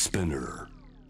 Spinner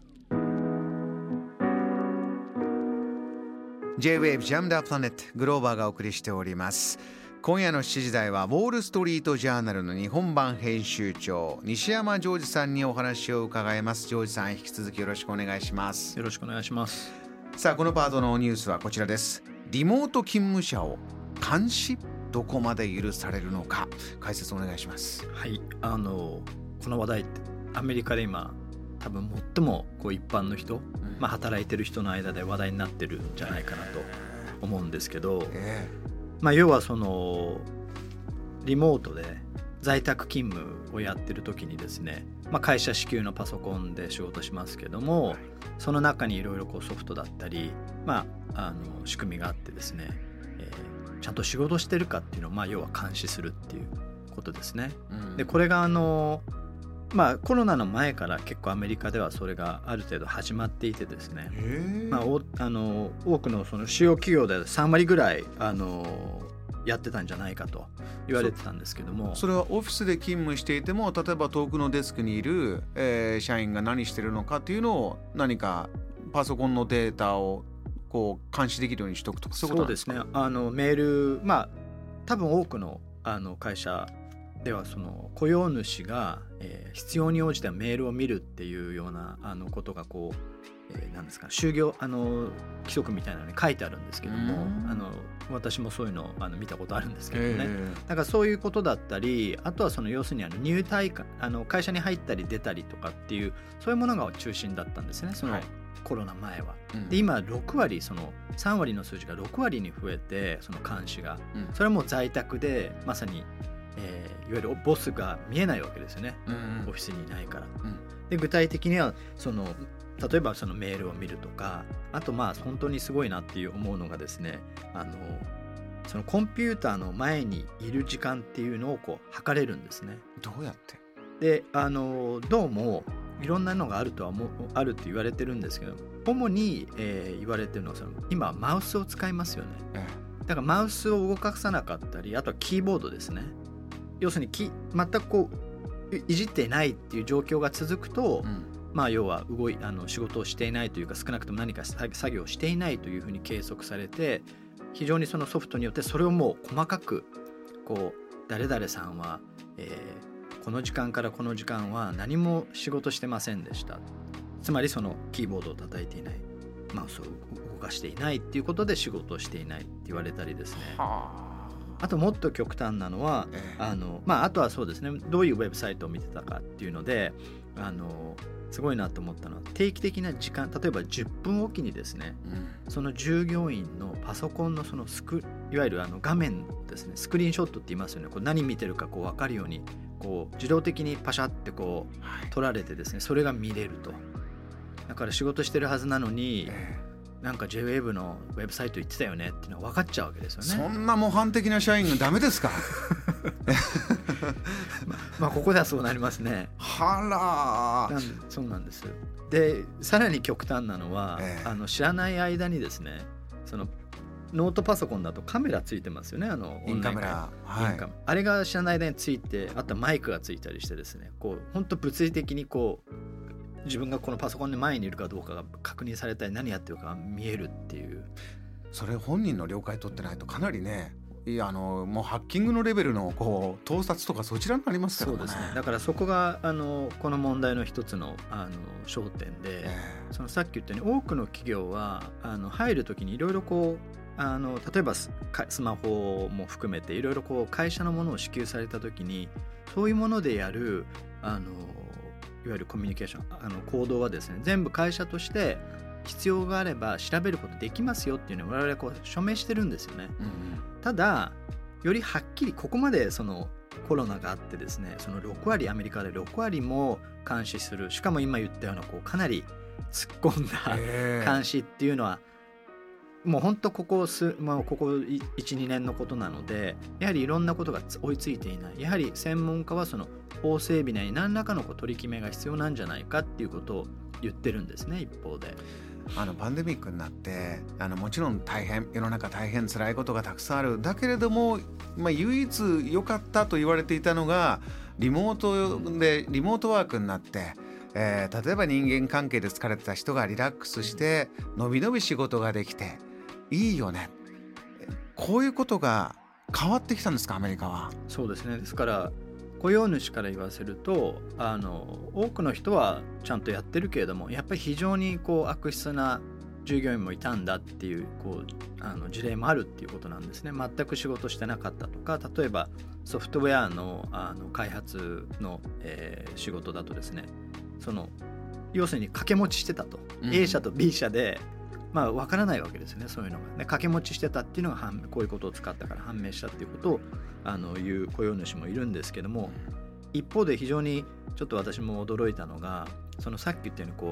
J-Wave Jam the Planet グローバーがお送りしております。今夜の7時台はウォールストリートジャーナルの日本版編集長西山ジョージさんにお話を伺います。ジョージさん、引き続きよろしくお願いします。 よろしくお願いします。 さあ、このパートのニュースはこちらです。リモート勤務者を監視、どこまで許されるのか、解説お願いします。 はい、この話題ってアメリカで今多分最も一般の人、働いてる人の間で話題になってるんじゃないかなと思うんですけど、要はそのリモートで在宅勤務をやってる時にですね、会社支給のパソコンで仕事しますけども、その中にいろいろソフトだったり、仕組みがあってですね、ちゃんと仕事してるかっていうのを要は監視するっていうことですね。でこれがコロナの前から結構アメリカではそれがある程度始まっていてですね、多くのその主要企業で3割ぐらいやってたんじゃないかと言われてたんですけども、 それはオフィスで勤務していても、例えば遠くのデスクにいる、社員が何してるのかっていうのを何かパソコンのデータを監視できるようにしておくとか、そういうことなんですか？ そうですね。メール、多分多くの会社ではその雇用主が、必要に応じてメールを見るっていうようなことがなんですか、就業規則みたいなのに書いてあるんですけども、私もそういうのを見たことあるんですけどね。だからそういうことだったり、あとはその要するに入隊会社に入ったり出たりとかっていうそういうものが中心だったんですね、そのコロナ前は。で今6割、その3割の数字が6割に増えて、その監視が、それはもう在宅でまさにいわゆるボスが見えないわけですよね、オフィスにいないから。で具体的には例えばそのメールを見るとか、あと本当にすごいなって思うのがですね、そのコンピューターの前にいる時間っていうのを測れるんですね。 どうやって？ でどうもいろんなのがあるって言われてるんですけど、主に、言われてるのは今マウスを使いますよね。だからマウスを動かさなかったり、あとはキーボードですね。要するに全くいじっていないっていう状況が続くと、要は仕事をしていないというか、少なくとも何か作業をしていないというふうに計測されて、非常にそのソフトによってそれをもう細かく誰々さんは、この時間からこの時間は何も仕事してませんでした、つまりそのキーボードを叩いていない、マウスを動かしていないっていうことで仕事をしていないって言われたりですね。あともっと極端なのは、あとはそうですね、どういうウェブサイトを見てたかっていうので、すごいなと思ったのは、定期的な時間、例えば10分おきにですね、その従業員のパソコンのそのいわゆる画面ですね、スクリーンショットって言いますよね。何見てるか分かるように自動的にパシャって撮られてですね、それが見れると。だから仕事してるはずなのに、なんか J-Wave のウェブサイト行ってたよねっていうのは分かっちゃうわけですよね。 そんな模範的な社員がダメですか？ ここではそうなりますね。そうなんです。でさらに極端なのは、知らない間にですね、そのノートパソコンだとカメラついてますよね、 インカメラ、 あれが知らない間について、あとマイクがついたりしてですね、本当物理的に自分がこのパソコンの前にいるかどうかが確認されたり、何やってるかが見えるっていう。それ本人の了解取ってないとかなりね、もうハッキングのレベルの盗撮とかそちらになりますからね。 そうですね。だからそこがこの問題の一つの焦点で、さっき言ったように多くの企業は入るときにいろいろ例えばスマホも含めていろいろ会社のものを支給されたときに、そういうものでやるいわゆるコミュニケーション行動はですね、全部会社として必要があれば調べることできますよっていうのを我々署名してるんですよね。ただよりはっきりここまでそのコロナがあってですね、その6割、アメリカで6割も監視する、しかも今言ったようなかなり突っ込んだ監視っていうのは、もう本当ここ 1,2 年のことなので、やはりいろんなことが追いついていない。やはり専門家はその法整備内何らかの取り決めが必要なんじゃないかっていうことを言ってるんですね。一方でパンデミックになってもちろん世の中大変辛いことがたくさんある。だけれども、唯一良かったと言われていたのがリモートワークになって、 例えば人間関係で疲れてた人がリラックスしてのびのび仕事ができていいよね。こういうことが変わってきたんですか、アメリカは。 そうですね。ですから雇用主から言わせると多くの人はちゃんとやってるけれども、やっぱり非常に悪質な従業員もいたんだっていう事例もあるっていうことなんですね。全く仕事してなかったとか、例えばソフトウェアの開発の、仕事だとですね、要するに掛け持ちしてたと、A 社と B 社で分からないわけですよね。そういうのがね、掛け持ちしてたっていうのがこういうことを使ったから判明したっていうことを言う雇用主もいるんですけども、一方で非常にちょっと私も驚いたのが、さっき言ったように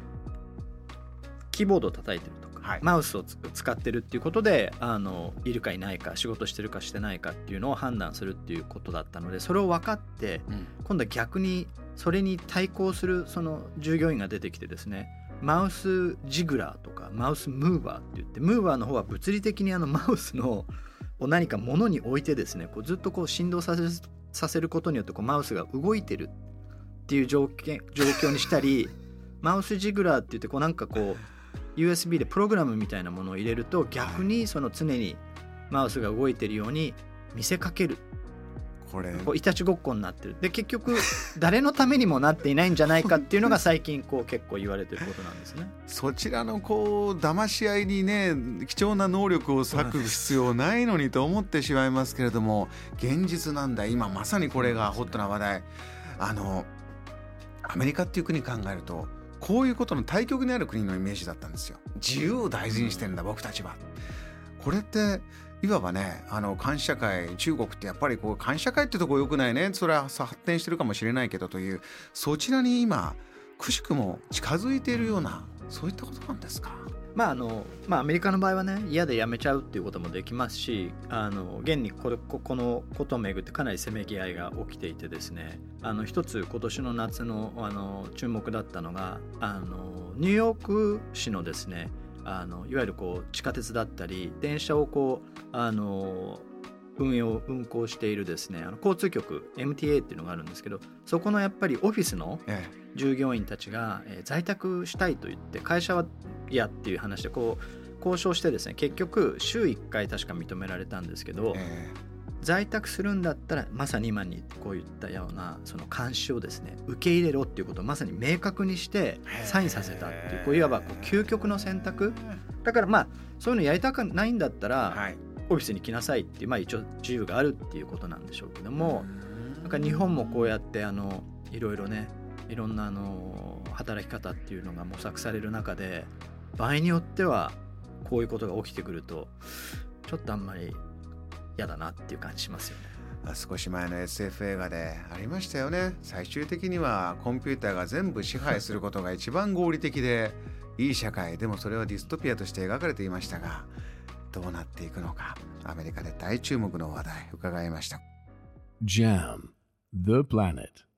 キーボードを叩いてるとか、マウスを使ってるっていうことでいるかいないか、仕事してるかしてないかっていうのを判断するっていうことだったので、それを分かって、今度は逆にそれに対抗する従業員が出てきてですね、マウスジグラーとかマウスムーバーって言って、ムーバーの方は物理的にマウスの何か物に置いてですね、ずっと振動させることによってマウスが動いてるっていう状況にしたりマウスジグラーって言ってなんかUSB でプログラムみたいなものを入れると、逆に常にマウスが動いてるように見せかける。これいたちごっこになってる。で結局誰のためにもなっていないんじゃないかっていうのが最近結構言われてることなんですね。 そちらの騙し合いにね、貴重な能力を割く必要ないのにと思ってしまいますけれども、現実なんだ。今まさにこれがホットな話題。アメリカっていう国考えるとこういうことの対極にある国のイメージだったんですよ。自由を大事にしてんだ僕たちは。これっていわばね、監視社会、中国ってやっぱり監視社会ってとこ良くないね、それは発展してるかもしれないけどという、そちらに今くしくも近づいているような、そういったことなんですか。 アメリカの場合はね、嫌で辞めちゃうっていうこともできますし、現にこのことをめぐってかなりせめぎ合いが起きていてですね、一つ今年の夏の注目だったのがニューヨーク市のですね、いわゆる地下鉄だったり電車を運行しているですね、交通局 MTA っていうのがあるんですけど、そこのやっぱりオフィスの従業員たちが、在宅したいと言って会社は嫌っていう話で交渉してですね、結局週1回確か認められたんですけど、在宅するんだったらまさに今にこういったような監視をですね受け入れろっていうことをまさに明確にしてサインさせたっていう、いわば究極の選択だから、そういうのやりたくないんだったら、オフィスに来なさいっていう、一応自由があるっていうことなんでしょうけども、なんか日本もこうやっていろいろね、いろんな働き方っていうのが模索される中で、場合によってはこういうことが起きてくるとちょっとあんまり嫌だなっていう感じしますよね。 少し前の SF 映画でありましたよね。最終的にはコンピューターが全部支配することが一番合理的でいい社会、でもそれはディストピアとして描かれていましたが、どうなっていくのか、アメリカで大注目の話題伺いました。 JAM The Planet